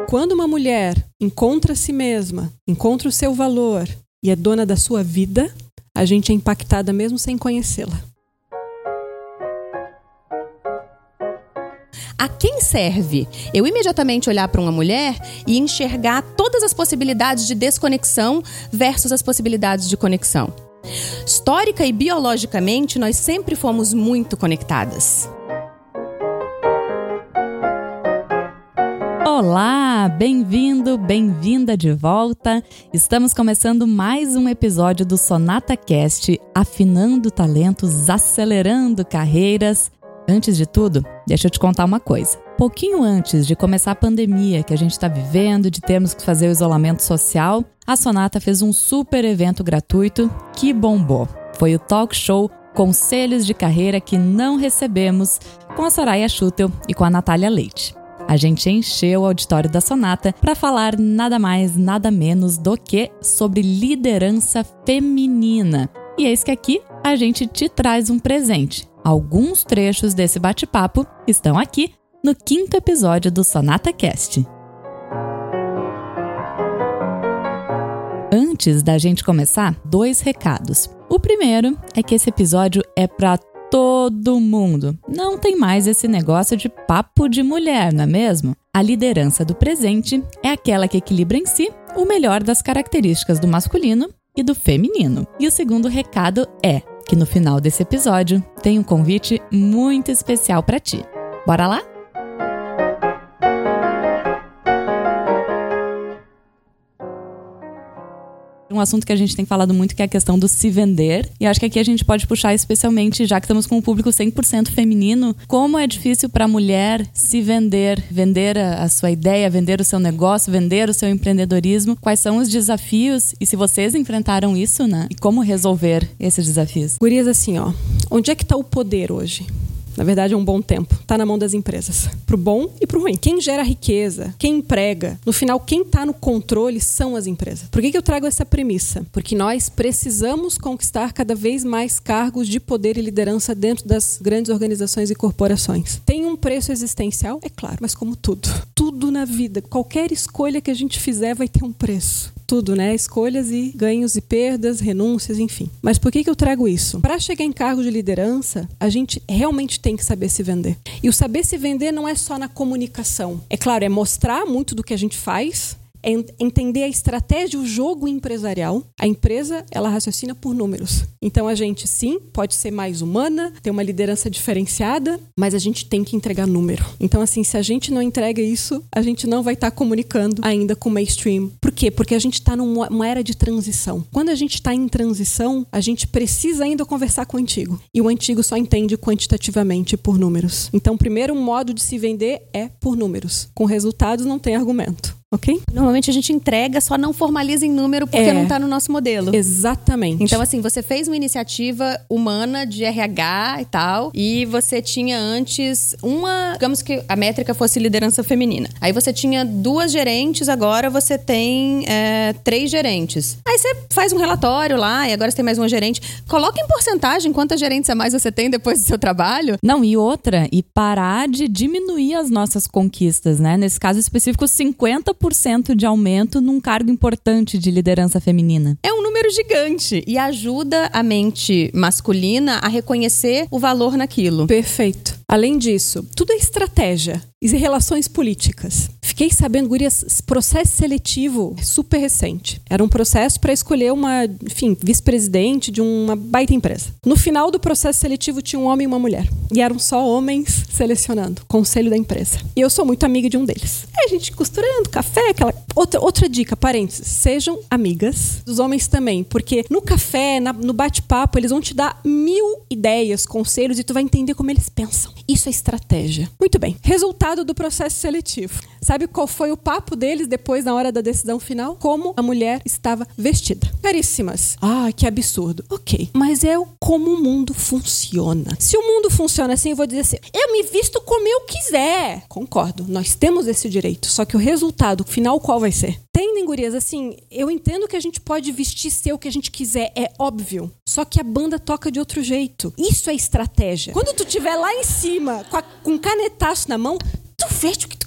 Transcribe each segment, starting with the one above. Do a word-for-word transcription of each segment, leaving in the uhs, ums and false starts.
Quando uma mulher encontra a si mesma, encontra o seu valor e é dona da sua vida, a gente é impactada mesmo sem conhecê-la. A quem serve eu imediatamente olhar para uma mulher e enxergar todas as possibilidades de desconexão versus as possibilidades de conexão? Histórica e biologicamente, nós sempre fomos muito conectadas. Olá, bem-vindo, bem-vinda de volta. Estamos começando mais um episódio do Sonata Cast, afinando talentos, acelerando carreiras. Antes de tudo, deixa eu te contar uma coisa. Pouquinho antes de começar a pandemia que a gente está vivendo, de termos que fazer o isolamento social, a Sonata fez um super evento gratuito que bombou. Foi o talk show Conselhos de Carreira que Não Recebemos, com a Soraya Schutel e com a Natália Leite. A gente encheu o auditório da Sonata para falar nada mais, nada menos do que sobre liderança feminina. E eis que aqui a gente te traz um presente. Alguns trechos desse bate-papo estão aqui no quinto episódio do Sonata Cast. Antes da gente começar, dois recados. O primeiro é que esse episódio é para todo mundo. Não tem mais esse negócio de papo de mulher, não é mesmo? A liderança do presente é aquela que equilibra em si o melhor das características do masculino e do feminino. E o segundo recado é que no final desse episódio tem um convite muito especial para ti. Bora lá? Um assunto que a gente tem falado muito, que é a questão do se vender. E acho que aqui a gente pode puxar especialmente, já que estamos com um público cem por cento feminino, como é difícil para a mulher se vender, vender a, a sua ideia, vender o seu negócio, vender o seu empreendedorismo. Quais são os desafios e se vocês enfrentaram isso, né? E como resolver esses desafios? Gurias, assim, ó, onde é que está o poder hoje? Na verdade, é um bom tempo. Está na mão das empresas. Pro bom e pro ruim. Quem gera riqueza, quem emprega, no final, quem está no controle são as empresas. Por que que eu trago essa premissa? Porque nós precisamos conquistar cada vez mais cargos de poder e liderança dentro das grandes organizações e corporações. Tem um preço existencial? É claro, mas como tudo. Tudo na vida, qualquer escolha que a gente fizer vai ter um preço. Tudo, né? Escolhas e ganhos e perdas, renúncias, enfim. Mas por que que eu trago isso? Para chegar em cargo de liderança, a gente realmente tem que saber se vender. E o saber se vender não é só na comunicação. É claro, é mostrar muito do que a gente faz, é entender a estratégia, o jogo empresarial. A empresa, ela raciocina por números. Então, a gente, sim, pode ser mais humana, ter uma liderança diferenciada, mas a gente tem que entregar número. Então, assim, se a gente não entrega isso, a gente não vai estar tá comunicando ainda com o mainstream. Por quê? Porque a gente está numa era de transição. Quando a gente está em transição, a gente precisa ainda conversar com o antigo. E o antigo só entende quantitativamente por números. Então, o primeiro modo de se vender é por números. Com resultados, não tem argumento. Ok? Normalmente a gente entrega, só não formaliza em número porque é, não está no nosso modelo. Exatamente. Então, assim, você fez uma iniciativa humana de R H e tal, e você tinha antes uma, digamos que a métrica fosse liderança feminina. Aí você tinha duas gerentes, agora você tem é, três gerentes. Aí você faz um relatório lá, e agora você tem mais uma gerente. Coloca em porcentagem quantas gerentes a mais você tem depois do seu trabalho. Não, e outra, e parar de diminuir as nossas conquistas, né? Nesse caso específico, cinquenta por cento de aumento num cargo importante de liderança feminina. É um número gigante e ajuda a mente masculina a reconhecer o valor naquilo. Perfeito. Além disso, tudo é estratégia e relações políticas. Fiquei sabendo, gurias, processo seletivo super recente. Era um processo para escolher uma, enfim, vice-presidente de uma baita empresa. No final do processo seletivo tinha um homem e uma mulher. E eram só homens selecionando, conselho da empresa. E eu sou muito amiga de um deles. Aí a gente costurando, café, aquela... Outra, outra dica, parênteses, sejam amigas dos homens também, porque no café, na, no bate-papo, eles vão te dar mil ideias, conselhos e tu vai entender como eles pensam. Isso é estratégia. Muito bem. Resultado do processo seletivo. Sabe qual foi o papo deles depois, na hora da decisão final? Como a mulher estava vestida. Caríssimas. Ah, que absurdo. Ok. Mas é como o mundo funciona. Se o mundo funciona assim, eu vou dizer assim, eu me visto como eu quiser. Concordo. Nós temos esse direito. Só que o resultado final, qual vai ser? Entendem, gurias? Assim, eu entendo que a gente pode vestir ser o que a gente quiser. É óbvio. Só que a banda toca de outro jeito. Isso é estratégia. Quando tu estiver lá em cima, com, a, com um canetaço na mão, tu veste o que tu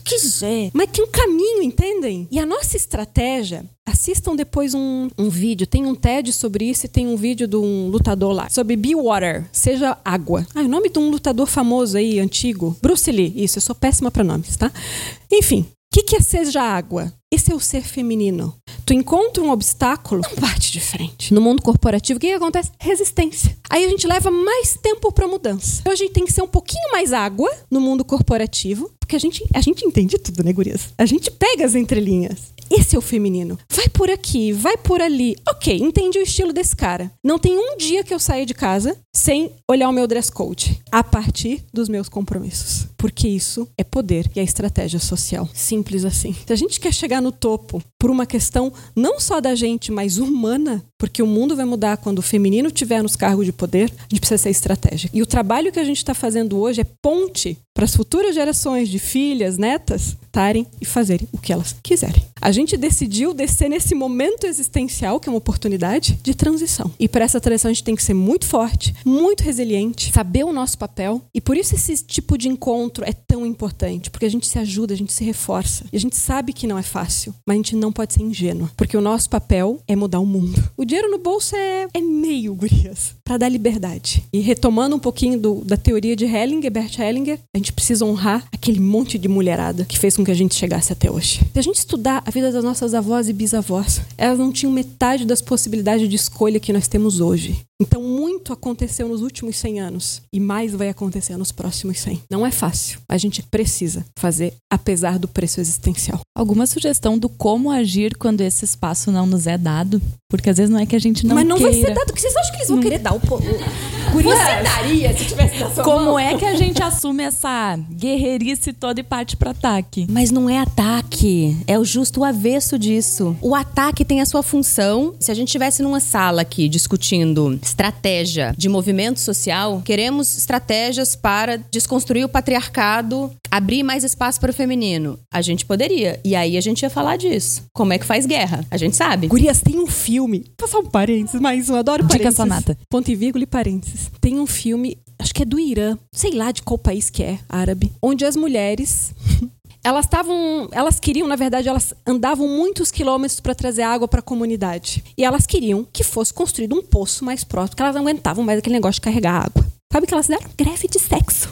quiser. Mas tem um caminho, entendem? E a nossa estratégia... Assistam depois um, um vídeo, tem um TED sobre isso e tem um vídeo de um lutador lá, sobre Be Water, seja água. Ah, o nome de um lutador famoso aí, antigo, Bruce Lee, isso, eu sou péssima para nomes, tá? Enfim, o que, que é seja água? Esse é o ser feminino. Tu encontra um obstáculo, não bate de frente. No mundo corporativo, o que, que acontece? Resistência. Aí a gente leva mais tempo para mudança. Então a gente tem que ser um pouquinho mais água no mundo corporativo, porque a gente, a gente entende tudo, né, gurias? A gente pega as entrelinhas. Esse é o feminino. Vai por aqui, vai por ali. Ok, entendi o estilo desse cara. Não tem um dia que eu saia de casa sem olhar o meu dress code. A partir dos meus compromissos. Porque isso é poder e é estratégia social. Simples assim. Se a gente quer chegar no topo por uma questão não só da gente, mas humana, porque o mundo vai mudar quando o feminino estiver nos cargos de poder, a gente precisa ser estratégica. E o trabalho que a gente está fazendo hoje é ponte para as futuras gerações de filhas, netas, estarem e fazerem o que elas quiserem. A gente decidiu descer nesse momento existencial, que é uma oportunidade de transição. E para essa transição a gente tem que ser muito forte, muito resiliente, saber o nosso papel. E por isso esse tipo de encontro é tão importante, porque a gente se ajuda, a gente se reforça. E a gente sabe que não é fácil, mas a gente não pode ser ingênua, porque o nosso papel é mudar o mundo. O dinheiro no bolso é, é meio, gurias, para dar liberdade. E retomando um pouquinho do, da teoria de Hellinger, Bert Hellinger, a gente precisa honrar aquele monte de mulherada que fez com que a gente chegasse até hoje. Se a gente estudar a vida das nossas avós e bisavós, elas não tinham metade das possibilidades de escolha que nós temos hoje. Então, muito aconteceu nos últimos cem anos e mais vai acontecer nos próximos cem. Não é fácil, mas a gente precisa fazer, apesar do preço existencial. Alguma sugestão do como agir quando esse espaço não nos é dado? Porque às vezes não é que a gente não queira. Mas não vai ser dado, porque vocês acham que eles vão não. querer dar o... o... Você daria se tivesse na sua Como mão? é que a gente assume essa guerreirice toda e parte para ataque? Mas não é ataque, é o justo o avesso disso. O ataque tem a sua função. Se a gente estivesse numa sala aqui discutindo estratégia de movimento social, queremos estratégias para desconstruir o patriarcado, abrir mais espaço para o feminino. A gente poderia. E aí a gente ia falar disso. Como é que faz guerra? A gente sabe. Gurias, tem um filme. Vou passar um parênteses, mais um. Adoro parênteses. Dica sonata. Ponto e vírgula e parênteses. Tem um filme, acho que é do Irã, sei lá de qual país que é, árabe, onde as mulheres... Elas estavam, elas queriam, na verdade, elas andavam muitos quilômetros para trazer água para a comunidade. E elas queriam que fosse construído um poço mais próximo, porque elas não aguentavam mais aquele negócio de carregar água. Sabe o que elas fizeram? Greve de sexo.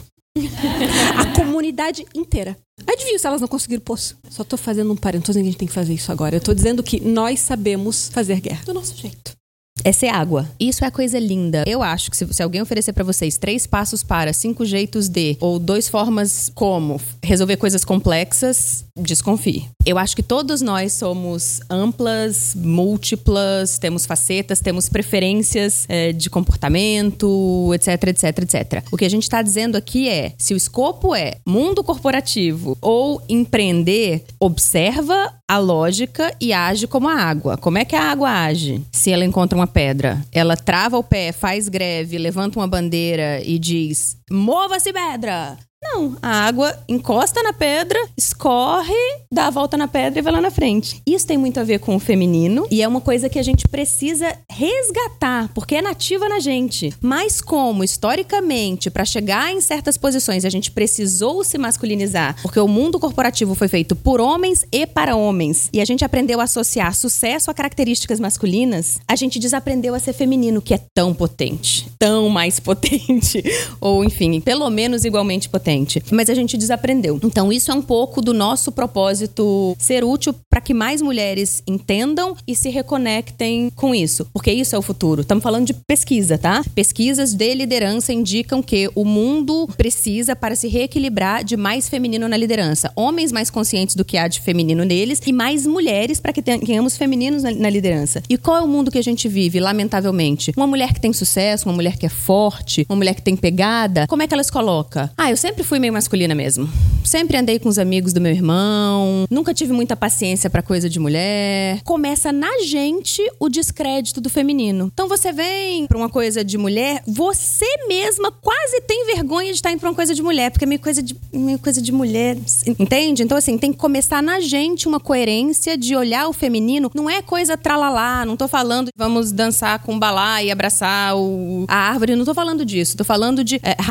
A comunidade inteira. Adivinha se elas não conseguiram poço? Só tô fazendo um parênteses, não tô dizendo que a gente tem que fazer isso agora. Eu tô dizendo que nós sabemos fazer guerra do nosso jeito. É ser água. Isso é a coisa linda. Eu acho que se, se alguém oferecer pra vocês três passos para, cinco jeitos de, ou dois formas como resolver coisas complexas, desconfie. Eu acho que todos nós somos amplas, múltiplas, temos facetas, temos preferências é, de comportamento, etc, etc, etcétera. O que a gente tá dizendo aqui é, se o escopo é mundo corporativo ou empreender, observa a lógica e age como a água. Como é que a água age? Se ela encontra uma pedra, ela trava o pé, faz greve, levanta uma bandeira e diz: mova-se, pedra! Não, a água encosta na pedra, escorre, dá a volta na pedra e vai lá na frente. Isso tem muito a ver com o feminino e é uma coisa que a gente precisa resgatar, porque é nativa na gente. Mas como, historicamente, para chegar em certas posições, a gente precisou se masculinizar, porque o mundo corporativo foi feito por homens e para homens, e a gente aprendeu a associar sucesso a características masculinas, a gente desaprendeu a ser feminino, que é tão potente, tão mais potente, ou enfim, pelo menos igualmente potente. Mas a gente desaprendeu. Então isso é um pouco do nosso propósito ser útil para que mais mulheres entendam e se reconectem com isso. Porque isso é o futuro. Estamos falando de pesquisa, tá? Pesquisas de liderança indicam que o mundo precisa, para se reequilibrar, de mais feminino na liderança. Homens mais conscientes do que há de feminino neles e mais mulheres para que tenhamos femininos na, na liderança. E qual é o mundo que a gente vive, lamentavelmente? Uma mulher que tem sucesso, uma mulher que é forte, uma mulher que tem pegada, como é que ela se coloca? Ah, eu sempre fui meio masculina mesmo. Sempre andei com os amigos do meu irmão, nunca tive muita paciência pra coisa de mulher. Começa na gente o descrédito do feminino. Então você vem pra uma coisa de mulher, você mesma quase tem vergonha de estar indo pra uma coisa de mulher, porque é meio coisa de, meio coisa de mulher, entende? Então assim, tem que começar na gente uma coerência de olhar o feminino. Não é coisa tralalá, não tô falando de vamos dançar com balá e abraçar o, a árvore, não tô falando disso. Tô falando de é,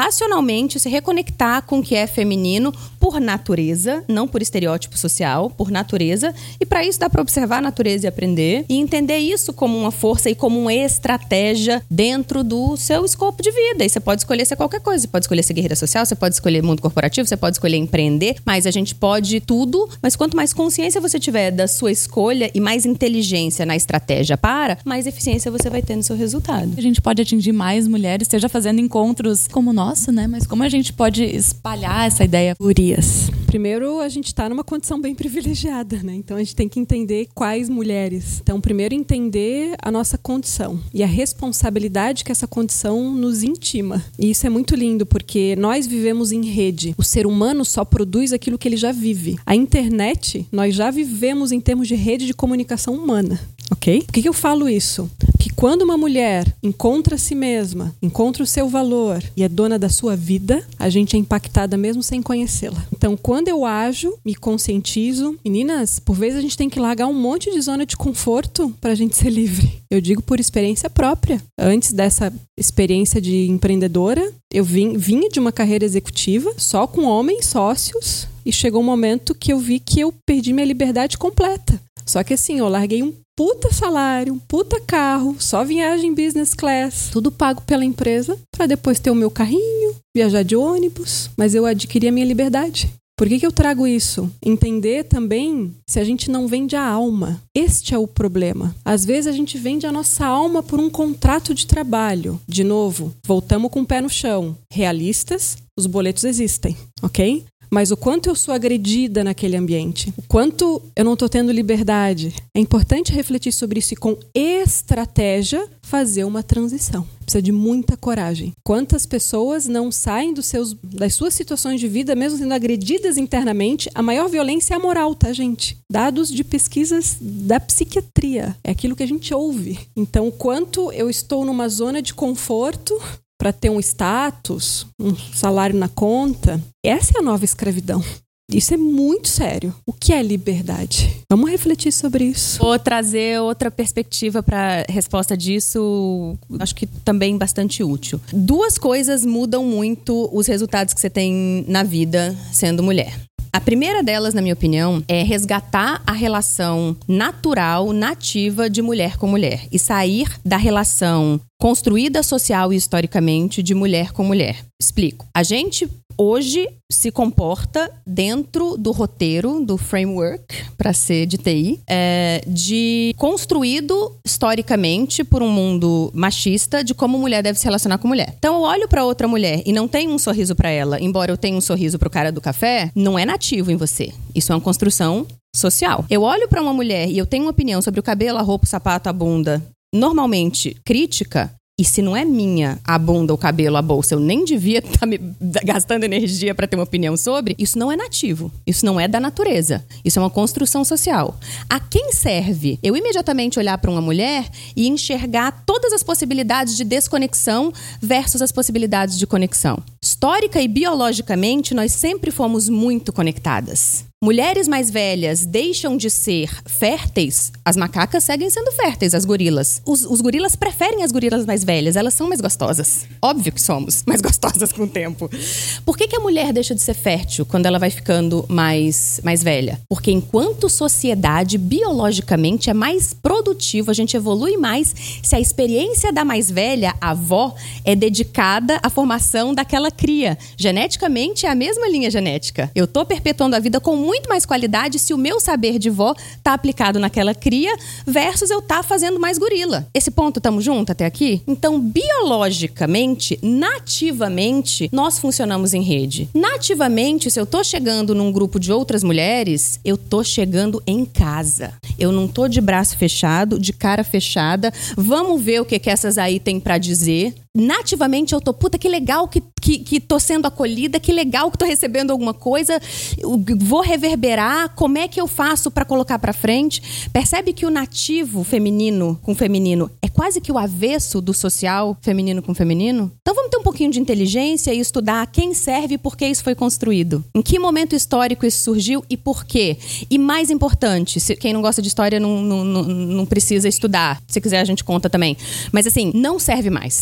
racionalmente se reconectar com o que é feminino por natureza, não por estereótipo social, por natureza. E para isso dá para observar a natureza e aprender e entender isso como uma força e como uma estratégia dentro do seu escopo de vida. E você pode escolher ser qualquer coisa. Você pode escolher ser guerreira social, você pode escolher mundo corporativo, você pode escolher empreender, mas a gente pode tudo. Mas quanto mais consciência você tiver da sua escolha e mais inteligência na estratégia para, mais eficiência você vai ter no seu resultado. A gente pode atingir mais mulheres, seja fazendo encontros como o nosso, né? Mas como a gente pode espalhar essa ideia? Urias. Primeiro, a gente está numa condição bem privilegiada, né? Então, a gente tem que entender quais mulheres. Então, primeiro, entender a nossa condição e a responsabilidade que essa condição nos intima. E isso é muito lindo, porque nós vivemos em rede. O ser humano só produz aquilo que ele já vive. A internet, nós já vivemos em termos de rede de comunicação humana. Ok? Por que que eu falo isso? Que quando uma mulher encontra a si mesma, encontra o seu valor e é dona da sua vida, a gente é impactada mesmo sem conhecê-la. Então, quando eu ajo, me conscientizo. Meninas, por vezes a gente tem que largar um monte de zona de conforto pra gente ser livre. Eu digo por experiência própria. Antes dessa experiência de empreendedora, eu vim, vinha de uma carreira executiva, só com homens sócios, e chegou um momento que eu vi que eu perdi minha liberdade completa. Só que assim, eu larguei um puta salário, um puta carro, só viagem business class, tudo pago pela empresa, para depois ter o meu carrinho, viajar de ônibus, mas eu adquiri a minha liberdade. Por que que eu trago isso? Entender também se a gente não vende a alma. Este é o problema. Às vezes a gente vende a nossa alma por um contrato de trabalho. De novo, voltamos com o pé no chão. Realistas, os boletos existem, ok? Mas o quanto eu sou agredida naquele ambiente, o quanto eu não estou tendo liberdade. É importante refletir sobre isso e, com estratégia, fazer uma transição. Precisa de muita coragem. Quantas pessoas não saem dos seus, das suas situações de vida, mesmo sendo agredidas internamente? A maior violência é a moral, tá, gente? Dados de pesquisas da psiquiatria. É aquilo que a gente ouve. Então, o quanto eu estou numa zona de conforto para ter um status, um salário na conta, essa é a nova escravidão. Isso é muito sério. O que é liberdade? Vamos refletir sobre isso. Vou trazer outra perspectiva para a resposta disso, acho que também bastante útil. Duas coisas mudam muito os resultados que você tem na vida sendo mulher. A primeira delas, na minha opinião, é resgatar a relação natural, nativa de mulher com mulher e sair da relação construída social e historicamente de mulher com mulher. Explico. A gente hoje se comporta dentro do roteiro, do framework, para ser de T I, é, de construído historicamente por um mundo machista de como mulher deve se relacionar com mulher. Então eu olho para outra mulher e não tenho um sorriso para ela, embora eu tenha um sorriso pro cara do café, não é nativo em você. Isso é uma construção social. Eu olho para uma mulher e eu tenho uma opinião sobre o cabelo, a roupa, o sapato, a bunda, normalmente crítica. E se não é minha a bunda, o cabelo, a bolsa, eu nem devia estar me gastando energia para ter uma opinião sobre, isso não é nativo. Isso não é da natureza. Isso é uma construção social. A quem serve eu imediatamente olhar para uma mulher e enxergar todas as possibilidades de desconexão versus as possibilidades de conexão? Histórica e biologicamente, nós sempre fomos muito conectadas. Mulheres mais velhas deixam de ser férteis, as macacas seguem sendo férteis, as gorilas. Os, os gorilas preferem as gorilas mais velhas, elas são mais gostosas. Óbvio que somos mais gostosas com o tempo. Por que que a mulher deixa de ser fértil quando ela vai ficando mais, mais velha? Porque enquanto sociedade, biologicamente, é mais produtivo, a gente evolui mais se a experiência da mais velha, a avó, é dedicada à formação daquela cria. Geneticamente, é a mesma linha genética. Eu tô perpetuando a vida com muito muito mais qualidade se o meu saber de vó tá aplicado naquela cria versus eu tá fazendo mais gorila. Esse ponto, tamo junto até aqui? Então, biologicamente, nativamente, nós funcionamos em rede. Nativamente, se eu tô chegando num grupo de outras mulheres, eu tô chegando em casa. Eu não tô de braço fechado, de cara fechada. Vamos ver o que que essas aí têm pra dizer. Nativamente eu tô, puta, que legal que, que, que tô sendo acolhida, que legal que tô recebendo alguma coisa, vou reverberar, como é que eu faço pra colocar pra frente? Percebe que o nativo feminino com feminino é quase que o avesso do social feminino com feminino? Então vamos ter um pouquinho de inteligência e estudar quem serve e por que isso foi construído. Em que momento histórico isso surgiu e por quê? E mais importante, se, quem não gosta de história não, não, não, não precisa estudar, se quiser a gente conta também. Mas assim, não serve mais.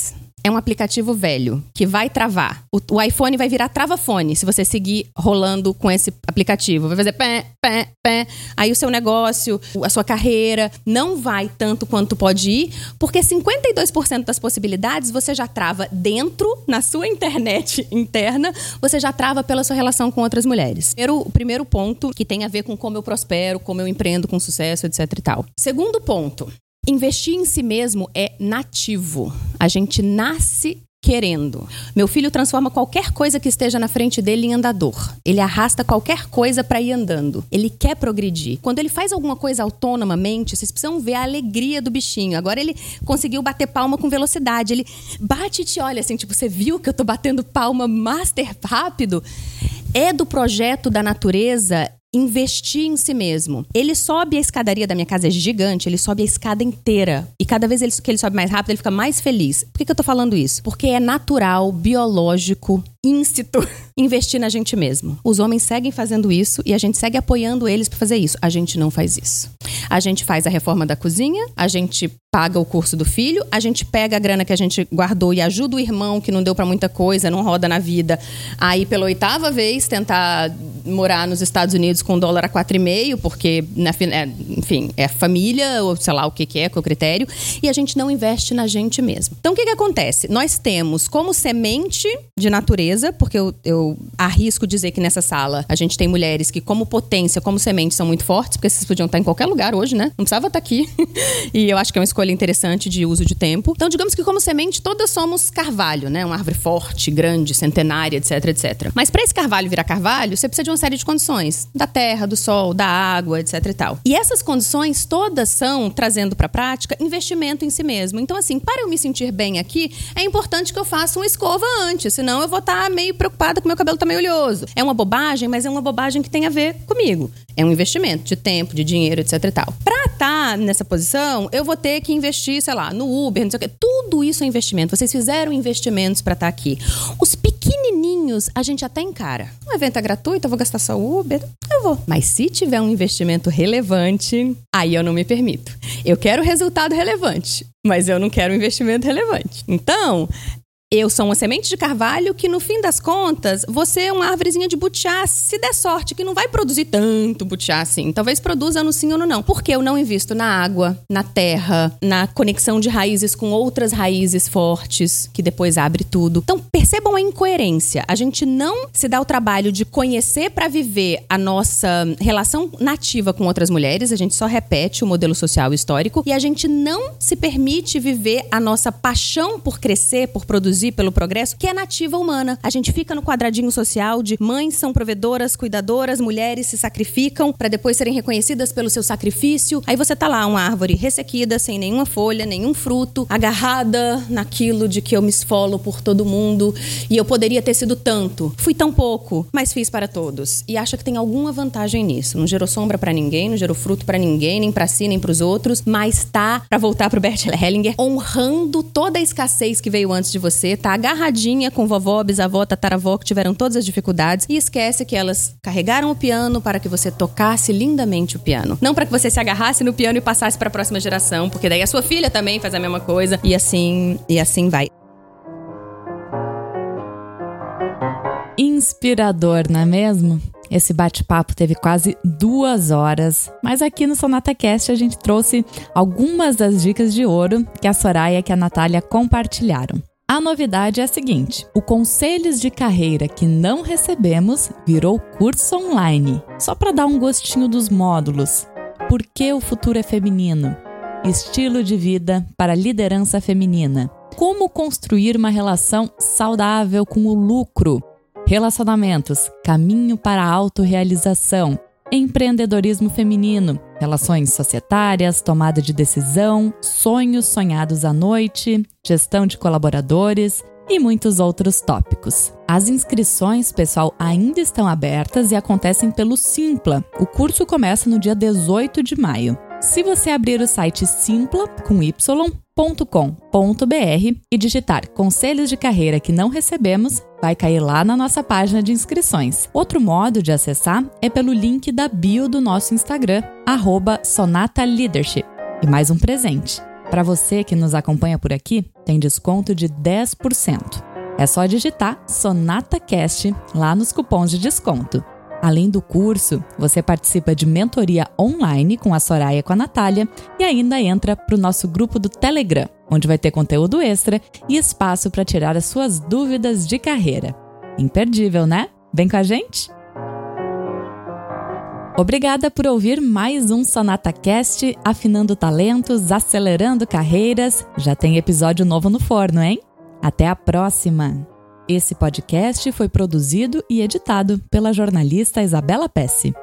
é um aplicativo velho que vai travar. O, o iPhone vai virar trava-fone se você seguir rolando com esse aplicativo. Vai fazer pé, pé, pé. Aí o seu negócio, a sua carreira não vai tanto quanto pode ir, porque cinquenta e dois por cento das possibilidades você já trava dentro, na sua internet interna, você já trava pela sua relação com outras mulheres. Primeiro, o primeiro ponto que tem a ver com como eu prospero, como eu empreendo com sucesso, etc e tal. Segundo ponto, investir em si mesmo é nativo. A gente nasce querendo. Meu filho transforma qualquer coisa que esteja na frente dele em andador. Ele arrasta qualquer coisa para ir andando. Ele quer progredir. Quando ele faz alguma coisa autonomamente, vocês precisam ver a alegria do bichinho. Agora ele conseguiu bater palma com velocidade. Ele bate e te olha assim, tipo, você viu que eu tô batendo palma master rápido? É do projeto da natureza investir em si mesmo. Ele sobe a escadaria da minha casa, é gigante, ele sobe a escada inteira. E cada vez que ele sobe mais rápido, ele fica mais feliz. Por que, que eu tô falando isso? Porque é natural, biológico, ínsito investir na gente mesmo. Os homens seguem fazendo isso e a gente segue apoiando eles pra fazer isso. A gente não faz isso. A gente faz a reforma da cozinha, a gente paga o curso do filho, a gente pega a grana que a gente guardou e ajuda o irmão que não deu pra muita coisa, não roda na vida. Aí, pela oitava vez, tentar morar nos Estados Unidos com dólar a quatro e meio, porque, enfim, é família, ou sei lá o que que é, qual é o critério, e a gente não investe na gente mesmo. Então, o que que acontece? Nós temos como semente de natureza, porque eu, eu arrisco dizer que nessa sala a gente tem mulheres que, como potência, como semente, são muito fortes, porque vocês podiam estar em qualquer lugar hoje, né? Não precisava estar aqui. E eu acho que é uma escolha interessante de uso de tempo. Então, digamos que como semente, todas somos carvalho, né? Uma árvore forte, grande, centenária, etc, etcétera. Mas para esse carvalho virar carvalho, você precisa de uma série de condições. Da terra, do sol, da água, etc e tal. E essas condições todas são, trazendo para a prática, investimento em si mesmo. Então, assim, para eu me sentir bem aqui, é importante que eu faça uma escova antes, senão eu vou estar meio preocupada que meu cabelo tá meio oleoso. É uma bobagem, mas é uma bobagem que tem a ver comigo. É um investimento de tempo, de dinheiro, etc e tal. Pra estar nessa posição, eu vou ter que investir, sei lá, no Uber, não sei o quê. Tudo isso é investimento. Vocês fizeram investimentos pra estar aqui. Os pequenininhos, a gente até encara. Um evento é gratuito, eu vou gastar só o Uber? Eu vou. Mas se tiver um investimento relevante, aí eu não me permito. Eu quero resultado relevante, mas eu não quero um investimento relevante. Então, eu sou uma semente de carvalho que, no fim das contas, você é uma árvorezinha de butiá, se der sorte, que não vai produzir tanto butiá assim. Talvez produza no sim ou no não. Porque eu não invisto na água, na terra, na conexão de raízes com outras raízes fortes, que depois abre tudo. Então, percebam a incoerência. A gente não se dá o trabalho de conhecer para viver a nossa relação nativa com outras mulheres. A gente só repete o modelo social histórico. E a gente não se permite viver a nossa paixão por crescer, por produzir, pelo progresso, que é nativa humana. A gente fica no quadradinho social de mães são provedoras, cuidadoras, mulheres se sacrificam para depois serem reconhecidas pelo seu sacrifício. Aí você tá lá, uma árvore ressequida, sem nenhuma folha, nenhum fruto, agarrada naquilo de que eu me esfolo por todo mundo e eu poderia ter sido tanto. Fui tão pouco, mas fiz para todos. E acha que tem alguma vantagem nisso. Não gerou sombra para ninguém, não gerou fruto para ninguém, nem para si, nem pros outros, mas tá, para voltar pro Bert Hellinger, honrando toda a escassez que veio antes de você, tá agarradinha com vovó, bisavó, tataravó, que tiveram todas as dificuldades, e esquece que elas carregaram o piano para que você tocasse lindamente o piano. Não para que você se agarrasse no piano e passasse para a próxima geração, porque daí a sua filha também faz a mesma coisa, e assim, e assim vai. Inspirador, não é mesmo? Esse bate-papo teve quase duas horas, mas aqui no SonataCast a gente trouxe algumas das dicas de ouro que a Soraya e que a Natália compartilharam. A novidade é a seguinte: o Conselhos de Carreira que não recebemos virou curso online. Só para dar um gostinho dos módulos. Por que o futuro é feminino? Estilo de vida para liderança feminina. Como construir uma relação saudável com o lucro? Relacionamentos, caminho para a autorrealização. Empreendedorismo feminino, relações societárias, tomada de decisão, sonhos sonhados à noite, gestão de colaboradores e muitos outros tópicos. As inscrições, pessoal, ainda estão abertas e acontecem pelo Simpla. O curso começa no dia dezoito de maio. Se você abrir o site simpla com y ponto com ponto b r e digitar Conselhos de Carreira que não recebemos, vai cair lá na nossa página de inscrições. Outro modo de acessar é pelo link da bio do nosso Instagram, arroba Sonata Leadership. E mais um presente. Para você que nos acompanha por aqui, tem desconto de dez por cento. É só digitar SonataCast lá nos cupons de desconto. Além do curso, você participa de mentoria online com a Soraya e com a Natália e ainda entra para o nosso grupo do Telegram, onde vai ter conteúdo extra e espaço para tirar as suas dúvidas de carreira. Imperdível, né? Vem com a gente? Obrigada por ouvir mais um SonataCast, afinando talentos, acelerando carreiras. Já tem episódio novo no forno, hein? Até a próxima! Esse podcast foi produzido e editado pela jornalista Isabela Pesce.